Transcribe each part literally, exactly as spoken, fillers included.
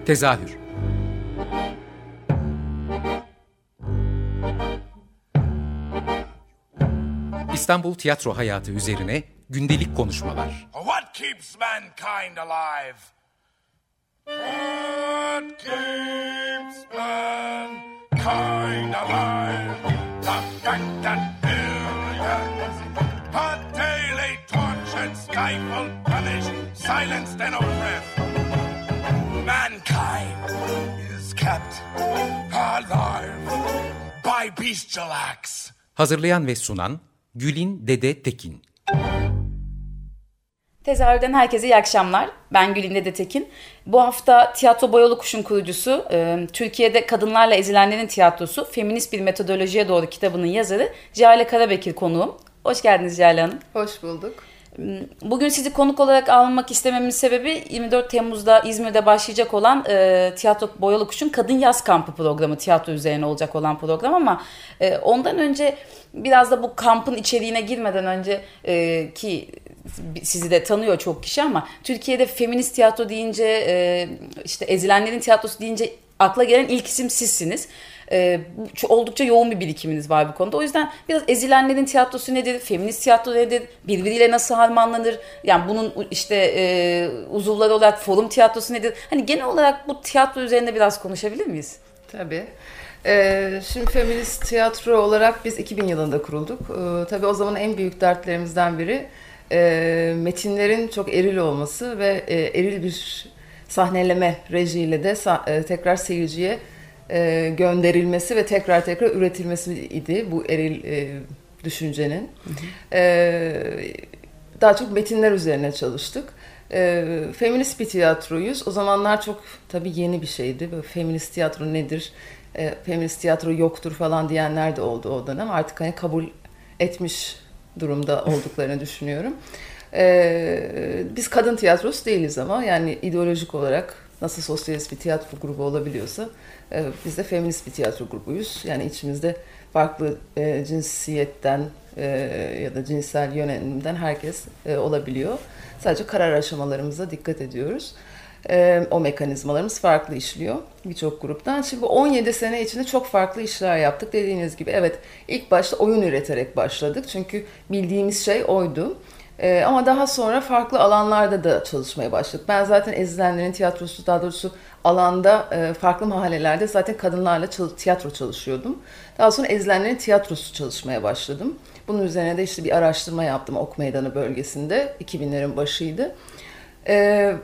Tezahür. İstanbul tiyatro hayatı üzerine gündelik konuşmalar. What keeps mankind alive? What keeps mankind alive? The fact that billions are daily tortured, stifled, punished, silenced and oppressed. Mankind is kept alive by bestial acts. Hazırlayan ve sunan Gülin Dede Tekin. Tezahürden herkese iyi akşamlar. Ben Gülin Dede Tekin. Bu hafta Tiyatro Boyalı Kuş'un kurucusu, Türkiye'de Kadınlarla Ezilenlerin Tiyatrosu, Feminist Bir Metodolojiye Doğru kitabının yazarı Cihale Karabekir konuğum. Hoş geldiniz Cihale Hanım. Hoş bulduk. Bugün sizi konuk olarak almak istememin sebebi yirmi dört Temmuz'da İzmir'de başlayacak olan e, Tiyatro Boyalı Kuş'un Kadın Yaz Kampı programı, tiyatro üzerine olacak olan program ama e, ondan önce biraz da bu kampın içeriğine girmeden önce e, ki sizi de tanıyor çok kişi ama Türkiye'de feminist tiyatro deyince e, işte ezilenlerin tiyatrosu deyince akla gelen ilk isim sizsiniz. Ee, oldukça yoğun bir birikiminiz var bu konuda. O yüzden biraz ezilenlerin tiyatrosu nedir, feminist tiyatro nedir, birbiriyle nasıl harmanlanır, yani bunun işte e, uzuvları olarak forum tiyatrosu nedir? Hani genel olarak bu tiyatro üzerinde biraz konuşabilir miyiz? Tabii. Ee, şimdi feminist tiyatro olarak biz iki bin yılında kurulduk. Ee, tabii o zaman en büyük dertlerimizden biri e, metinlerin çok eril olması ve e, eril bir sahneleme rejiyle de sa- e, tekrar seyirciye E, gönderilmesi ve tekrar tekrar üretilmesi idi bu eril e, düşüncenin. Hı hı. E, daha çok metinler üzerine çalıştık. E, feminist bir tiyatroyuz. O zamanlar çok tabii yeni bir şeydi. Böyle feminist tiyatro nedir? E, feminist tiyatro yoktur falan diyenler de oldu o dönem. Artık hani kabul etmiş durumda olduklarını düşünüyorum. E, biz kadın tiyatrosu değiliz ama yani ideolojik olarak nasıl sosyalist bir tiyatro grubu olabiliyorsa e, biz de feminist bir tiyatro grubuyuz. Yani içimizde farklı e, cinsiyetten e, ya da cinsel yönelimden herkes e, olabiliyor. Sadece karar aşamalarımıza dikkat ediyoruz. E, o mekanizmalarımız farklı işliyor birçok gruptan. Şimdi on yedi sene içinde çok farklı işler yaptık. Dediğiniz gibi evet, ilk başta oyun üreterek başladık. Çünkü bildiğimiz şey oydu. Ee, ama daha sonra farklı alanlarda da çalışmaya başladık. Ben zaten ezilenlerin tiyatrosu, daha doğrusu alanda e, farklı mahallelerde zaten kadınlarla çal- tiyatro çalışıyordum. Daha sonra ezilenlerin tiyatrosu çalışmaya başladım. Bunun üzerine de işte bir araştırma yaptım Ok Meydanı bölgesinde. iki binlerin başıydı. Ee,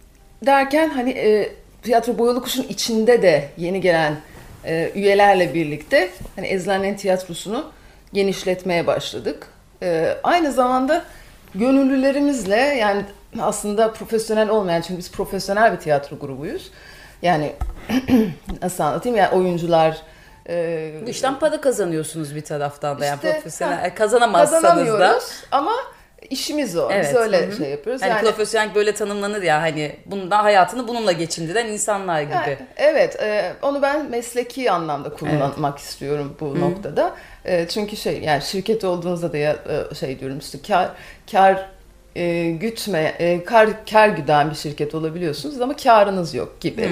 derken hani e, Tiyatro Boyalı Kuş'un içinde de yeni gelen e, üyelerle birlikte hani ezilenlerin tiyatrosunu genişletmeye başladık. E, aynı zamanda gönüllülerimizle, yani aslında profesyonel olmayan, çünkü biz profesyonel bir tiyatro grubuyuz. Yani nasıl anlatayım, yani oyuncular... E, Bu işten para kazanıyorsunuz bir taraftan da, işte, yani profesyonel ha, kazanamazsanız da. Ama işimiz o. Evet. Biz öyle Hı-hı. şey yapıyoruz. Yani, yani profesyonel böyle tanımlanır ya, hani bundan hayatını bununla geçindiren insanlar gibi. Yani, evet, e, onu ben mesleki anlamda kullanmak evet. istiyorum bu Hı-hı. noktada. E, çünkü şey, yani şirket olduğunuzda da ya, e, şey diyorum işte kar kar e, gütme, e, kar kar güden bir şirket olabiliyorsunuz ama karınız yok gibi.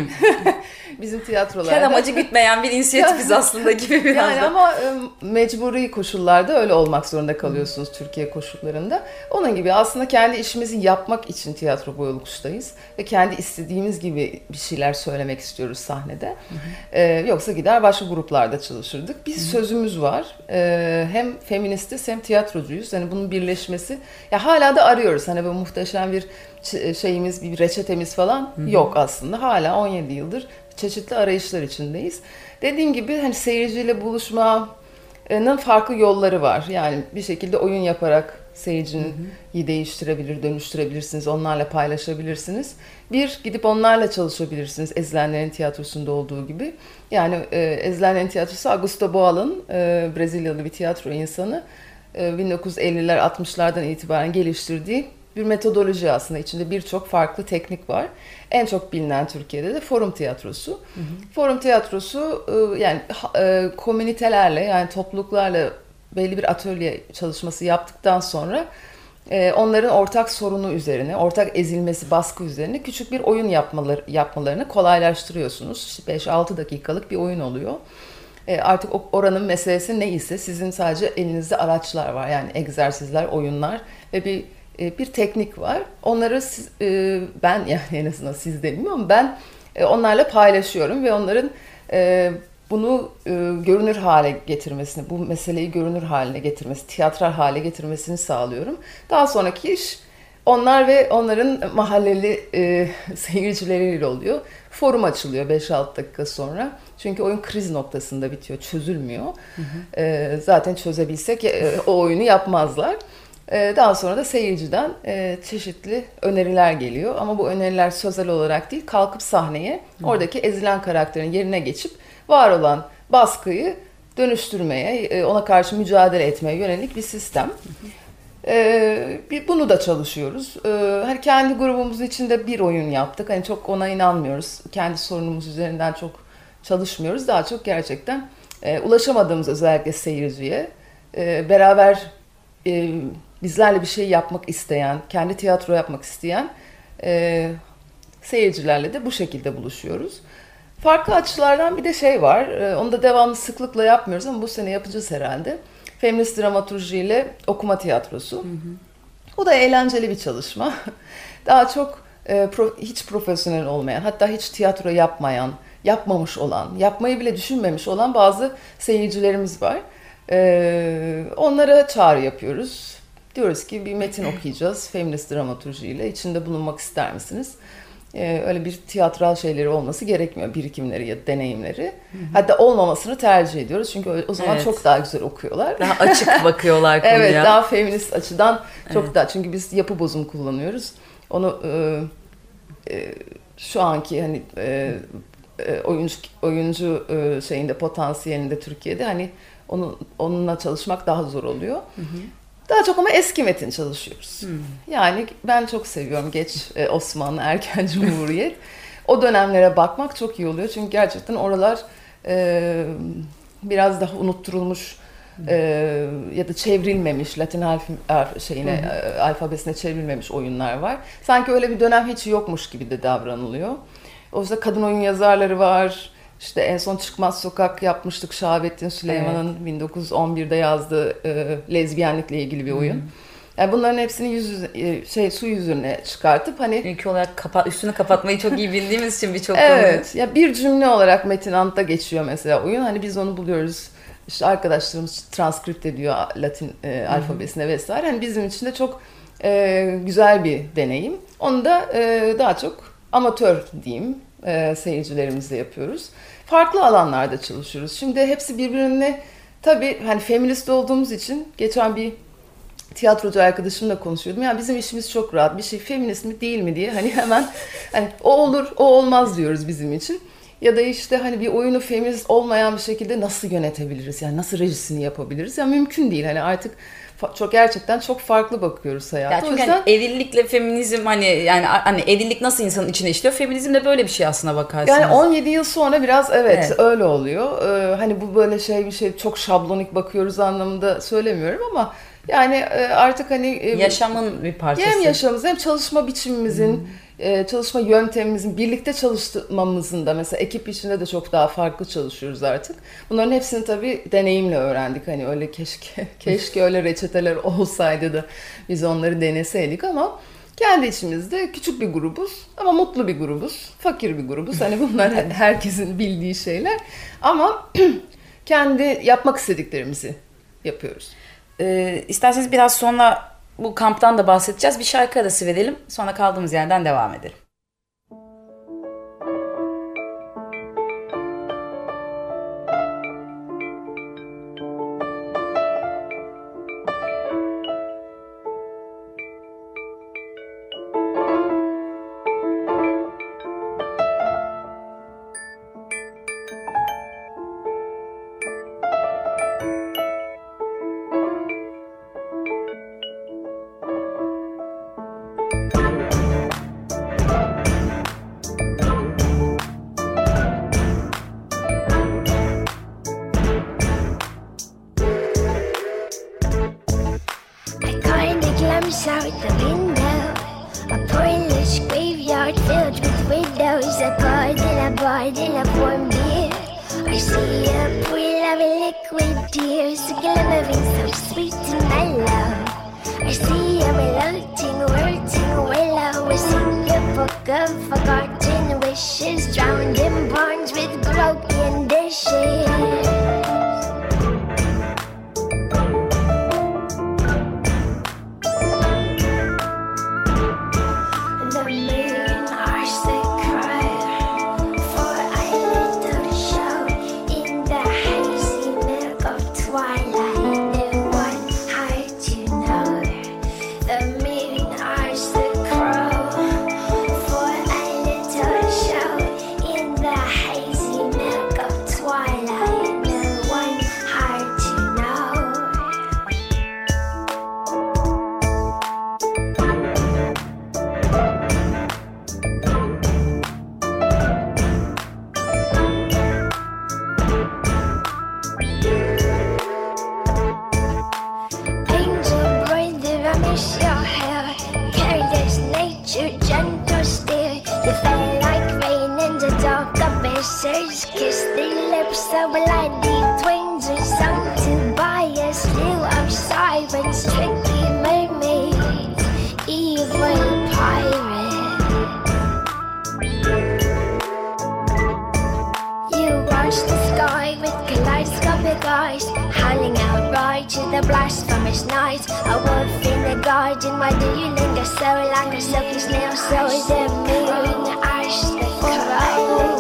Bizim tiyatrolarda kar amacı gütmeyen bir inisiyatifiz aslında gibi biraz yani da. Ama e, mecburi koşullarda öyle olmak zorunda kalıyorsunuz Hı. Türkiye koşullarında. Onun gibi aslında kendi işimizi yapmak için Tiyatro Boyalı Kuş'tayız ve kendi istediğimiz gibi bir şeyler söylemek istiyoruz sahnede. E, yoksa gider başka gruplarda çalışırdık. Biz Hı. sözümüz var. E, hem feministiz hem tiyatrocuyuz. Yani bunun birleşmesi, ya hala da arıyoruz. Hani böyle muhteşem bir şeyimiz, bir reçetemiz falan Hı. yok aslında. Hala on yedi yıldır çeşitli arayışlar içindeyiz. Dediğim gibi hani seyirciyle buluşmanın farklı yolları var. Yani bir şekilde oyun yaparak seyirciyi değiştirebilir, dönüştürebilirsiniz, onlarla paylaşabilirsiniz. Bir, gidip onlarla çalışabilirsiniz, Ezilenlerin Tiyatrosu'nda olduğu gibi. Yani e, Ezilenlerin Tiyatrosu, Augusto Boal'ın e, Brezilyalı bir tiyatro insanı e, bin dokuz yüz elliler altmışlardan itibaren geliştirdiği bir metodoloji aslında. İçinde birçok farklı teknik var. En çok bilinen Türkiye'de de forum tiyatrosu. Hı hı. Forum tiyatrosu yani komünitelerle, yani topluluklarla belli bir atölye çalışması yaptıktan sonra e, onların ortak sorunu üzerine, ortak ezilmesi, baskı üzerine küçük bir oyun yapmaları, yapmalarını kolaylaştırıyorsunuz. İşte beş altı dakikalık bir oyun oluyor. E, artık oranın meselesi neyse sizin sadece elinizde araçlar var. Yani egzersizler, oyunlar ve bir e, bir teknik var. Onları siz, e, ben yani en azından siz demeyeyim ama ben e, onlarla paylaşıyorum ve onların e, bunu e, görünür hale getirmesini, bu meseleyi görünür haline getirmesi, tiyatral hale getirmesini sağlıyorum. Daha sonraki iş onlar ve onların mahalleli e, seyircileriyle oluyor. Forum açılıyor beş altı dakika sonra. Çünkü oyun kriz noktasında bitiyor, çözülmüyor. Hı hı. E, zaten çözebilsek e, o oyunu yapmazlar. E, daha sonra da seyirciden e, çeşitli öneriler geliyor. Ama bu öneriler sözel olarak değil, kalkıp sahneye hı. oradaki ezilen karakterin yerine geçip var olan baskıyı dönüştürmeye, ona karşı mücadele etmeye yönelik bir sistem. Ee, bunu da çalışıyoruz. Ee, hani kendi grubumuz içinde bir oyun yaptık. Hani çok ona inanmıyoruz. Kendi sorunumuz üzerinden çok çalışmıyoruz. Daha çok gerçekten e, ulaşamadığımız özellikle seyirciye e, beraber e, bizlerle bir şey yapmak isteyen, kendi tiyatro yapmak isteyen e, seyircilerle de bu şekilde buluşuyoruz. Farklı açılardan bir de şey var, onu da devamlı sıklıkla yapmıyoruz ama bu sene yapacağız herhalde. Feminist dramaturji ile okuma tiyatrosu. Hı hı. O da eğlenceli bir çalışma. Daha çok e, pro, hiç profesyonel olmayan, hatta hiç tiyatro yapmayan, yapmamış olan, yapmayı bile düşünmemiş olan bazı seyircilerimiz var. E, onlara çağrı yapıyoruz. Diyoruz ki bir metin okuyacağız feminist dramaturji ile. İçinde bulunmak ister misiniz? Ee, öyle bir tiyatral şeyleri olması gerekmiyor, birikimleri ya da deneyimleri. Hı hı. Hatta olmamasını tercih ediyoruz çünkü o zaman evet. çok daha güzel okuyorlar. Daha açık bakıyorlar konuya. Evet, daha feminist açıdan çok evet. daha, çünkü biz yapı bozum kullanıyoruz. Onu e, e, şu anki hani e, e, oyuncu oyuncu e, şeyinde, potansiyelinde Türkiye'de hani onu onunla çalışmak daha zor oluyor. Hı hı. Daha çok ama eski metin çalışıyoruz. Hmm. Yani ben çok seviyorum geç e, Osmanlı, erken Cumhuriyet. O dönemlere bakmak çok iyi oluyor. Çünkü gerçekten oralar e, biraz daha unutturulmuş e, ya da çevrilmemiş, Latin alf, alf, şeyine, hmm. alfabesine çevrilmemiş oyunlar var. Sanki öyle bir dönem hiç yokmuş gibi de davranılıyor. O yüzden kadın oyun yazarları var. İşte en son Çıkmaz Sokak yapmıştık. Şahabettin Süleyman'ın evet. bin dokuz yüz on birde yazdığı e, lezbiyenlikle ilgili bir oyun. Hmm. Yani bunların hepsini yüz, şey su yüzüne çıkartıp hani ülke olarak kapa, üstünü kapatmayı çok iyi bildiğimiz için birçok evet. Ya bir cümle olarak Metin Ant'ta geçiyor mesela oyun. Hani biz onu buluyoruz. İşte arkadaşlarımız transkript ediyor Latin e, alfabesine vesaire. Hani bizim için de çok e, güzel bir deneyim. Onu da e, daha çok amatör diyeyim. E, seyircilerimizle yapıyoruz. Farklı alanlarda çalışıyoruz. Şimdi hepsi birbirine tabii hani feminist olduğumuz için geçen bir tiyatrocu arkadaşımla konuşuyordum. Ya bizim işimiz çok rahat. Bir şey feminist mi değil mi diye hani hemen hani o olur, o olmaz diyoruz bizim için. Ya da işte hani bir oyunu feminist olmayan bir şekilde nasıl yönetebiliriz? Yani nasıl rejisini yapabiliriz? Yani mümkün değil. Hani artık çok gerçekten çok farklı bakıyoruz hayata. Yani çünkü yüzden... hani erillikle feminizm hani yani hani erillik nasıl insanın içine işliyor? Feminizm de böyle bir şey aslına bakarsanız. Yani on yedi yıl sonra biraz evet, evet. öyle oluyor. Ee, hani bu böyle şey bir şey çok şablonik bakıyoruz anlamında söylemiyorum ama yani artık hani yaşamın bir parçası. Hem yaşamımız hem çalışma biçimimizin, hmm. çalışma yöntemimizin, birlikte çalışmamızın da mesela ekip içinde de çok daha farklı çalışıyoruz artık. Bunların hepsini tabii deneyimle öğrendik. Hani öyle keşke keşke öyle reçeteler olsaydı da biz onları deneseydik ama kendi içimizde küçük bir grubuz ama mutlu bir grubuz, fakir bir grubuz. Hani bunlar herkesin bildiği şeyler ama kendi yapmak istediklerimizi yapıyoruz. Ee, isterseniz biraz sonra bu kamptan da bahsedeceğiz. Bir şarkı arası verelim. Sonra kaldığımız yerden devam edelim. looks out the window. A pointless graveyard filled with widows. A bottle, a bottle of warm beer. I see a pool of liquid tears, glimmering so sweet and mellow. I see a reloading, wilting willow. I see a book of forgotten wishes, drowned in ponds with broken dishes. Kiss the lips of bloody twins or sung to by a slew of sirens, tricky mermaids, evil pirates. You watch the sky with kaleidoscopic eyes, howling out right to the blasphemous night. A wolf in the garden, why do you linger so like a silky snail? So the moon ash the crow.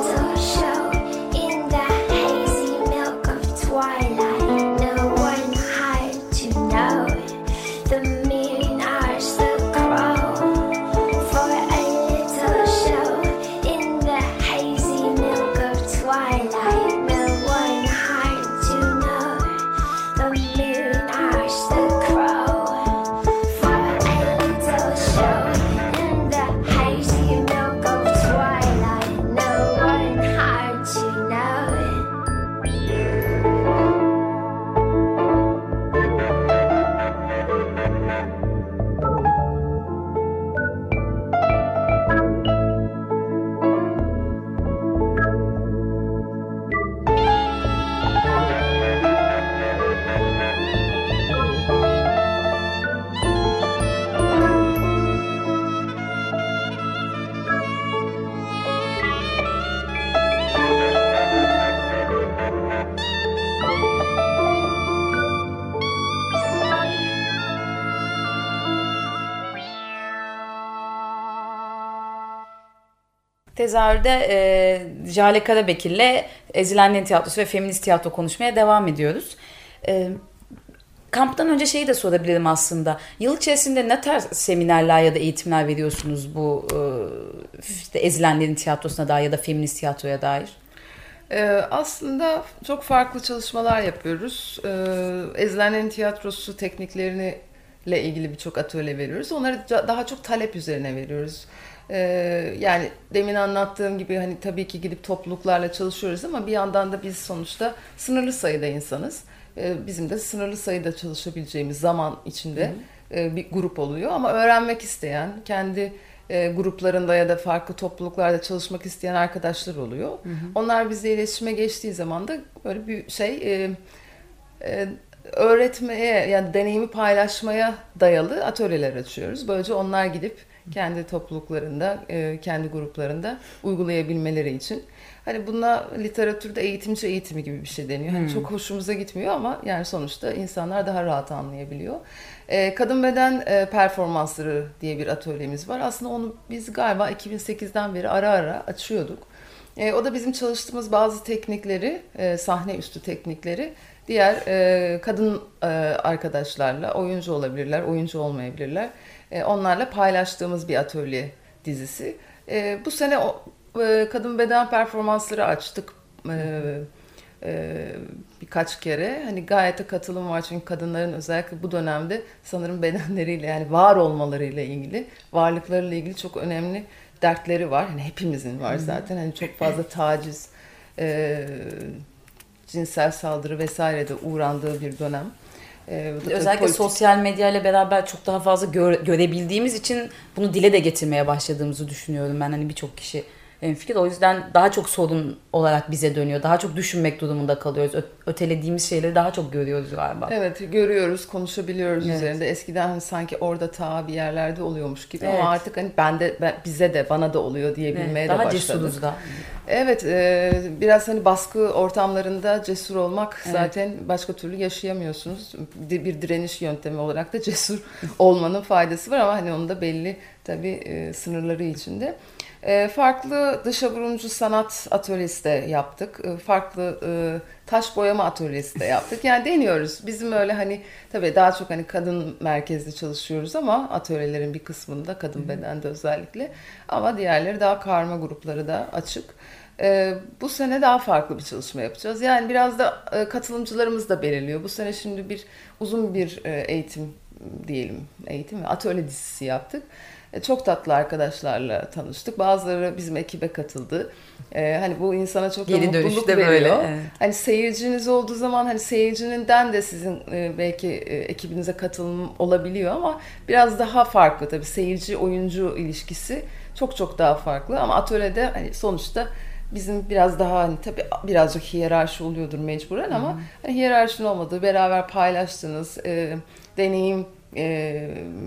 Tezahürde e, Jale Karabekir'le Ezilenlerin Tiyatrosu ve Feminist Tiyatro konuşmaya devam ediyoruz. E, kamptan önce şeyi de sorabilirim aslında. Yıl içerisinde ne tarz seminerler ya da eğitimler veriyorsunuz bu e, işte Ezilenlerin Tiyatrosu'na dair ya da Feminist Tiyatro'ya dair? Ee, aslında çok farklı çalışmalar yapıyoruz. Ee, Ezilenlerin Tiyatrosu tekniklerini ile ilgili birçok atölye veriyoruz. Onları daha çok talep üzerine veriyoruz. Ee, yani demin anlattığım gibi hani tabii ki gidip topluluklarla çalışıyoruz ama bir yandan da biz sonuçta sınırlı sayıda insanız. Ee, bizim de sınırlı sayıda çalışabileceğimiz zaman içinde e, bir grup oluyor. Ama öğrenmek isteyen, kendi e, gruplarında ya da farklı topluluklarda çalışmak isteyen arkadaşlar oluyor. Hı hı. Onlar bizle iletişime geçtiği zaman da böyle bir şey... E, e, öğretmeye yani deneyimi paylaşmaya dayalı atölyeler açıyoruz. Böylece onlar gidip kendi topluluklarında, kendi gruplarında uygulayabilmeleri için. Hani buna literatürde eğitimci eğitimi gibi bir şey deniyor. Hani hmm. çok hoşumuza gitmiyor ama yani sonuçta insanlar daha rahat anlayabiliyor. Kadın beden performansları diye bir atölyemiz var. Aslında onu biz galiba iki bin sekizden beri ara ara açıyorduk. O da bizim çalıştığımız bazı teknikleri, sahne üstü teknikleri diğer e, kadın e, arkadaşlarla, oyuncu olabilirler, oyuncu olmayabilirler. E, onlarla paylaştığımız bir atölye dizisi. E, bu sene o, e, kadın beden performansları açtık e, e, birkaç kere. Hani gayet de katılım var çünkü kadınların özellikle bu dönemde sanırım bedenleriyle yani var olmalarıyla ilgili, varlıklarıyla ilgili çok önemli dertleri var. Hani hepimizin var zaten. Hani çok fazla taciz, e, cinsel saldırı vesaire de uğrandığı bir dönem. E, bu da Özellikle politik. sosyal medya ile beraber çok daha fazla gör, görebildiğimiz için bunu dile de getirmeye başladığımızı düşünüyorum ben. Hani birçok kişi hemfikir. O yüzden daha çok sorun olarak bize dönüyor. Daha çok düşünmek durumunda kalıyoruz. Ö- ötelediğimiz şeyleri daha çok görüyoruz galiba. Evet, görüyoruz, konuşabiliyoruz Evet. üzerinde. Eskiden hani sanki orada ta bir yerlerde oluyormuş gibi Evet. ama artık hani bende ben, bize de bana da oluyor diyebilmeye Evet, de daha başladık. cesuruz da. Evet, e, biraz hani baskı ortamlarında cesur olmak Evet. zaten başka türlü yaşayamıyorsunuz. Bir, bir direniş yöntemi olarak da cesur olmanın faydası var ama hani onun da belli tabii e, sınırları içinde. E, farklı dışa vurumcu sanat atölyesi de yaptık. E, farklı e, taş boyama atölyesi de yaptık. Yani deniyoruz. Bizim öyle hani tabii daha çok hani kadın merkezli çalışıyoruz ama atölyelerin bir kısmında kadın bedende özellikle. Ama diğerleri daha karma grupları da açık. Ee, bu sene daha farklı bir çalışma yapacağız. Yani biraz da e, katılımcılarımız da belirliyor. Bu sene şimdi bir uzun bir e, eğitim diyelim, eğitim ve atölye dizisi yaptık. E, çok tatlı arkadaşlarla tanıştık. Bazıları bizim ekibe katıldı. E, hani bu insana çok da Geri mutluluk dönüşte veriyor. böyle, evet. Hani seyirciniz olduğu zaman hani seyircininden de sizin e, belki e, ekibinize katılım olabiliyor ama biraz daha farklı tabii. Seyirci oyuncu ilişkisi çok çok daha farklı ama atölyede hani sonuçta bizim biraz daha hani tabii birazcık hiyerarşi oluyordur mecburen ama hani hiyerarşinin olmadığı, beraber paylaştığınız, e, deneyim e,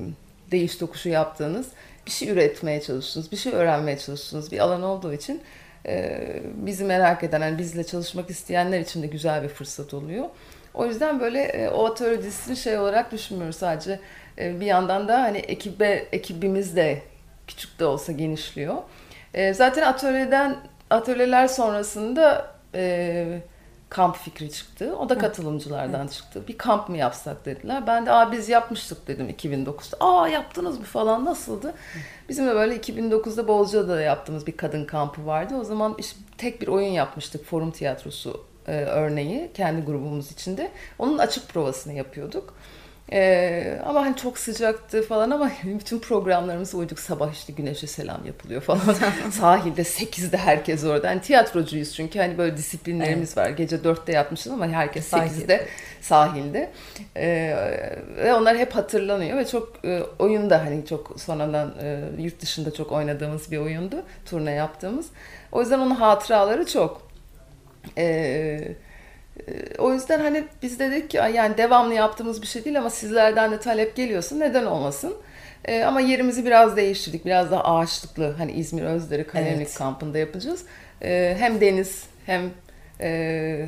değiş tokuşu yaptığınız bir şey üretmeye çalıştınız, bir şey öğrenmeye çalıştınız bir alan olduğu için e, bizi merak eden, yani bizle çalışmak isteyenler için de güzel bir fırsat oluyor. O yüzden böyle e, o atölye dizisini şey olarak düşünmüyoruz sadece. E, bir yandan da hani ekibe ekibimiz de küçük de olsa genişliyor. E, zaten atölyeden atölyeler sonrasında e, kamp fikri çıktı. O da katılımcılardan evet. çıktı. Bir kamp mı yapsak dediler. Ben de aa biz yapmıştık dedim iki bin dokuzda. Aa yaptınız mı falan, nasıldı? Bizim de böyle iki bin dokuzda Bolca'da yaptığımız bir kadın kampı vardı. O zaman işte tek bir oyun yapmıştık. Forum tiyatrosu e, örneği kendi grubumuz içinde. Onun açık provasını yapıyorduk. Ee, ama hani çok sıcaktı falan ama bütün programlarımıza uyduk. Sabah işte güneşe selam yapılıyor falan. Sahilde sekizde herkes orada. Yani tiyatrocuyuz çünkü hani böyle disiplinlerimiz evet. var. Gece dörtte yapmışız ama herkes sekizde sahilde. Ee, ve onlar hep hatırlanıyor ve çok e, oyun da hani çok sonradan e, yurt dışında çok oynadığımız bir oyundu. Turne yaptığımız. O yüzden onun hatıraları çok. Eee O yüzden hani biz dedik ki yani devamlı yaptığımız bir şey değil ama sizlerden de talep geliyorsa neden olmasın. Ee, ama yerimizi biraz değiştirdik. Biraz daha ağaçlıklı, hani İzmir Özdere Kalemlik evet. kampında yapacağız. Ee, hem deniz hem e,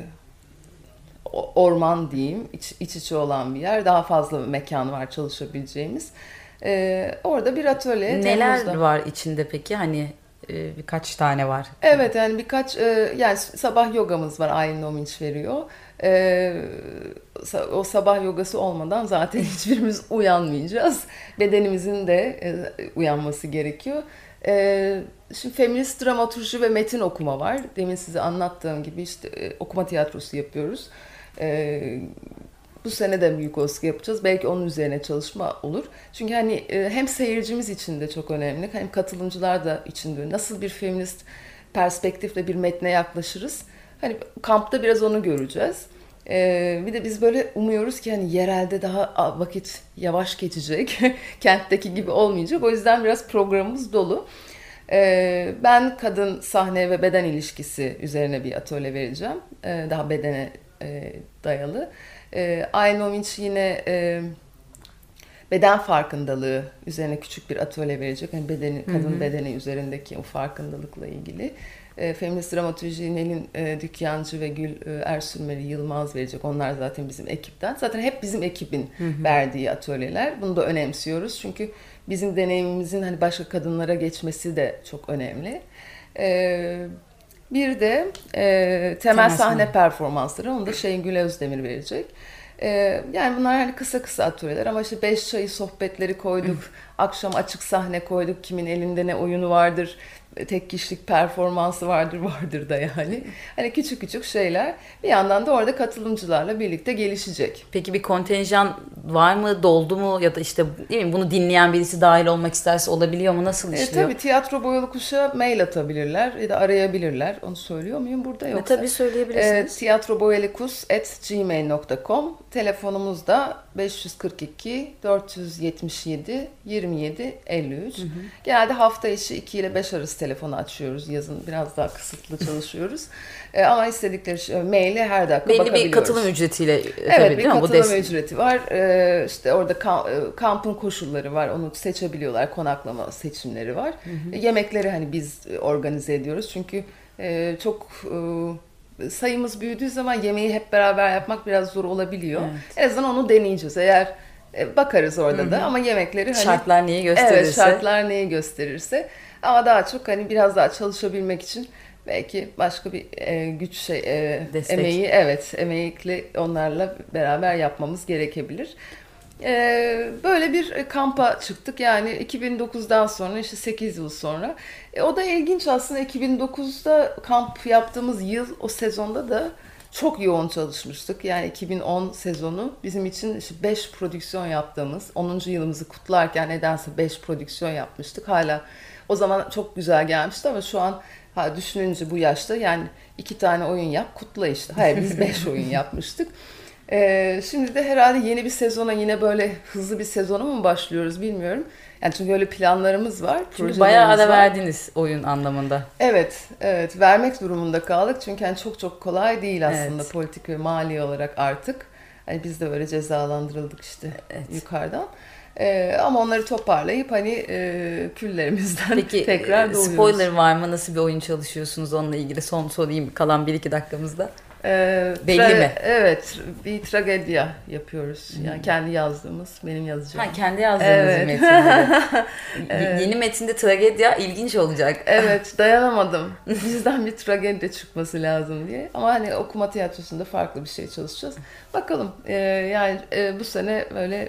orman diyeyim, iç, iç içe olan bir yer. Daha fazla mekan var çalışabileceğimiz. Ee, orada bir atölye. Neler Temmuz'da var içinde peki? Hani e, birkaç tane var. Evet, yani birkaç e, yani sabah yogamız var, Aylin Ominç veriyor. E, o sabah yogası olmadan zaten hiçbirimiz uyanmayacağız. Bedenimizin de e, uyanması gerekiyor. E, şimdi feminist dramaturji ve metin okuma var. Demin size anlattığım gibi işte e, okuma tiyatrosu yapıyoruz. E, Bu sene de büyük olasılıkla yapacağız. Belki onun üzerine çalışma olur. Çünkü hani hem seyircimiz için de çok önemli, hem katılımcılar da için de nasıl bir feminist perspektifle bir metne yaklaşırız. Hani kampta biraz onu göreceğiz. Ee, bir de biz böyle umuyoruz ki hani yerelde daha vakit yavaş geçecek. Kentteki gibi olmayacak. O yüzden biraz programımız dolu. Ee, ben kadın sahne ve beden ilişkisi üzerine bir atölye vereceğim. Ee, daha bedene e, dayalı. E, Aylin Ominç yine e, beden farkındalığı üzerine küçük bir atölye verecek. Yani bedeni, kadın hı hı. bedeni üzerindeki o farkındalıkla ilgili. E, feminist dramaturji Nelin e, Dükyancı ve Gül e, Ersülmeli Yılmaz verecek. Onlar zaten bizim ekipten. Zaten hep bizim ekibin hı hı. verdiği atölyeler. Bunu da önemsiyoruz. Çünkü bizim deneyimimizin hani başka kadınlara geçmesi de çok önemli. E, Bir de e, temel sahne performansları, onu da Şengül Özdemir verecek. E, yani bunlar hani kısa kısa atölyeler ama işte beş çayı sohbetleri koyduk, akşam açık sahne koyduk, kimin elinde ne oyunu vardır, tek kişilik performansı vardır vardır da yani. Hani küçük küçük şeyler bir yandan da orada katılımcılarla birlikte gelişecek. Peki bir kontenjan var mı, doldu mu ya da işte değil mi, bunu dinleyen birisi dahil olmak isterse olabiliyor mu, nasıl işliyor? E, tabii Tiyatro Boyalı Kuş'a mail atabilirler ya da arayabilirler. Onu söylüyor muyum burada yoksa? E, tabii söyleyebilirsiniz. E, tiyatroboyalıkus at gmail nokta com telefonumuz da beş yüz kırk iki dört yüz yetmiş yedi yirmi yedi elli üç. Hı hı. Genelde hafta içi iki ile beş arası telefonu açıyoruz. Yazın biraz daha kısıtlı çalışıyoruz. e, ama istedikleri şey, maili her dakika belli bakabiliyoruz. Belli bir katılım ücretiyle. Evet, tabii, bir değil katılım mi? ücreti var. E, işte orada kamp, kampın koşulları var. Onu seçebiliyorlar. Konaklama seçimleri var. Hı hı. E, yemekleri hani biz organize ediyoruz. Çünkü e, çok e, sayımız büyüdüğü zaman yemeği hep beraber yapmak biraz zor olabiliyor. Evet. En azından onu deneyeceğiz. Eğer e, bakarız orada Hı-hı. da ama yemekleri hani şartlar neyi gösterirse. Evet, şartlar neyi gösterirse. Ama daha çok hani biraz daha çalışabilmek için belki başka bir e, güç şey e, emeği evet emekli onlarla beraber yapmamız gerekebilir. E, böyle bir kampa çıktık yani iki bin dokuzdan sonra işte sekiz yıl sonra. E, o da ilginç aslında, iki bin dokuzda kamp yaptığımız yıl, o sezonda da çok yoğun çalışmıştık. Yani iki bin on sezonu bizim için işte beş prodüksiyon yaptığımız, onuncu yılımızı kutlarken nedense beş prodüksiyon yapmıştık. Hala o zaman çok güzel gelmişti ama şu an ha, düşününce bu yaşta yani iki tane oyun yap kutla işte. Hayır, biz beş oyun yapmıştık. Ee, şimdi de herhalde yeni bir sezona, yine böyle hızlı bir sezona mı başlıyoruz bilmiyorum. Yani çünkü öyle planlarımız var. Çünkü bayağı ara verdiniz oyun anlamında. Evet, evet. Vermek durumunda kaldık. Çünkü yani çok çok kolay değil aslında, evet. Politik ve mali olarak artık. Hani biz de böyle cezalandırıldık işte evet. yukarıdan. Ee, ama onları toparlayıp hani e, küllerimizden Peki, tekrar doğuyoruz. Peki spoiler var mı? Nasıl bir oyun çalışıyorsunuz? Onunla ilgili son sorayım kalan bir iki dakikamızda. Ee, Belli tra- mi? Evet, bir tragedya yapıyoruz. Yani hmm. kendi yazdığımız, benim yazacağım. Ha, kendi yazdığınız evet. metinleri. evet. Yeni metinde tragedya ilginç olacak. Evet, dayanamadım. Bizden bir tragedya çıkması lazım diye. Ama hani okuma tiyatrosunda farklı bir şey çalışacağız. Bakalım. Ee, yani e, bu sene böyle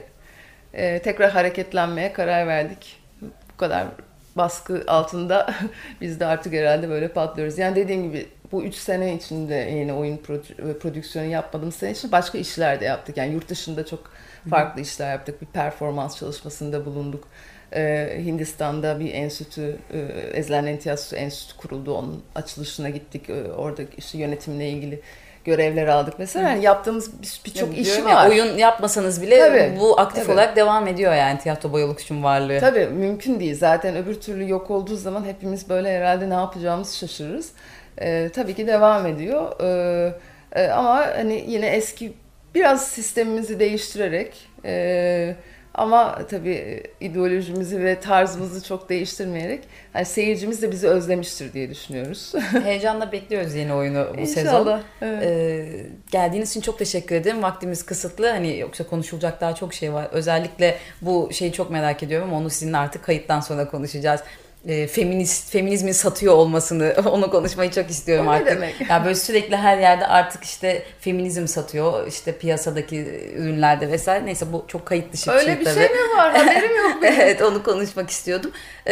e, tekrar hareketlenmeye karar verdik. Bu kadar baskı altında biz de artık herhalde böyle patlıyoruz. Yani dediğim gibi bu üç sene içinde yeni oyun prodü- prodüksiyonu yapmadığım sene için başka işler de yaptık. Yani yurt dışında çok farklı Hı-hı. işler yaptık. Bir performans çalışmasında bulunduk. Ee, Hindistan'da bir enstitü, e, Ezilenlerin Tiyatrosu Enstitüsü kuruldu. Onun açılışına gittik. Ee, orada işte yönetimle ilgili görevler aldık mesela. Yani yaptığımız birçok bir iş var. Ya, oyun yapmasanız bile tabii, bu aktif tabii. olarak devam ediyor yani Tiyatro Boyalı Kuş'un varlığı. Tabii, mümkün değil. Zaten öbür türlü yok olduğu zaman hepimiz böyle herhalde ne yapacağımızı şaşırırız. Ee, tabii ki devam ediyor. Ee, e, ama hani yine eski biraz sistemimizi değiştirerek e, ama tabii ideolojimizi ve tarzımızı çok değiştirmeyerek hani seyircimiz de bizi özlemiştir diye düşünüyoruz. Heyecanla bekliyoruz yeni oyunu bu İnşallah, sezon. Evet. Ee, geldiğiniz için çok teşekkür ederim. Vaktimiz kısıtlı. Hani yoksa konuşulacak daha çok şey var. Özellikle bu şeyi çok merak ediyorum ama onu sizinle artık kayıttan sonra konuşacağız. E, feminist feminizmin satıyor olmasını, onu konuşmayı çok istiyorum o artık. Ne demek? Ya böyle sürekli her yerde artık işte feminizm satıyor, işte piyasadaki ürünlerde vesaire. Neyse bu çok kayıt dışı bir Öyle şey bir tabii. şey mi var? Haberim yok benim. Evet, onu konuşmak istiyordum.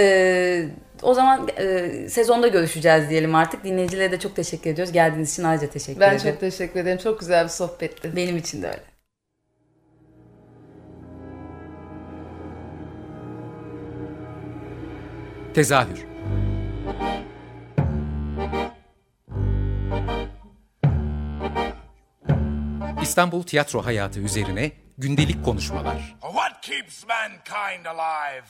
Ee, o zaman e, sezonda görüşeceğiz diyelim artık. Dinleyicilere de çok teşekkür ediyoruz. Geldiğiniz için ayrıca teşekkür ben ederim. Ben çok teşekkür ederim. Çok güzel bir sohbetti. Benim için de öyle. Tezahür. İstanbul tiyatro hayatı üzerine gündelik konuşmalar. What keeps mankind alive?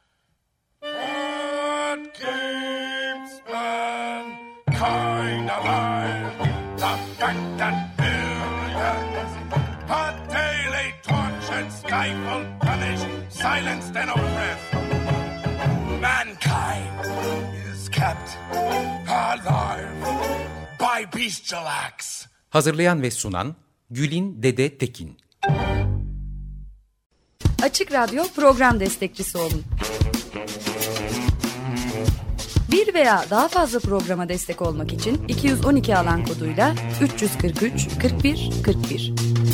What keeps mankind alive? The fact that billions are daily tortured, stifled, punished, silenced and oppressed. Mankind is kept alive by bestial acts. Hazırlayan ve sunan Gülin Dede Tekin. Açık Radyo program destekçisi olun. Bir veya daha fazla programa destek olmak için iki yüz on iki alan koduyla üç yüz kırk üç kırk bir kırk bir.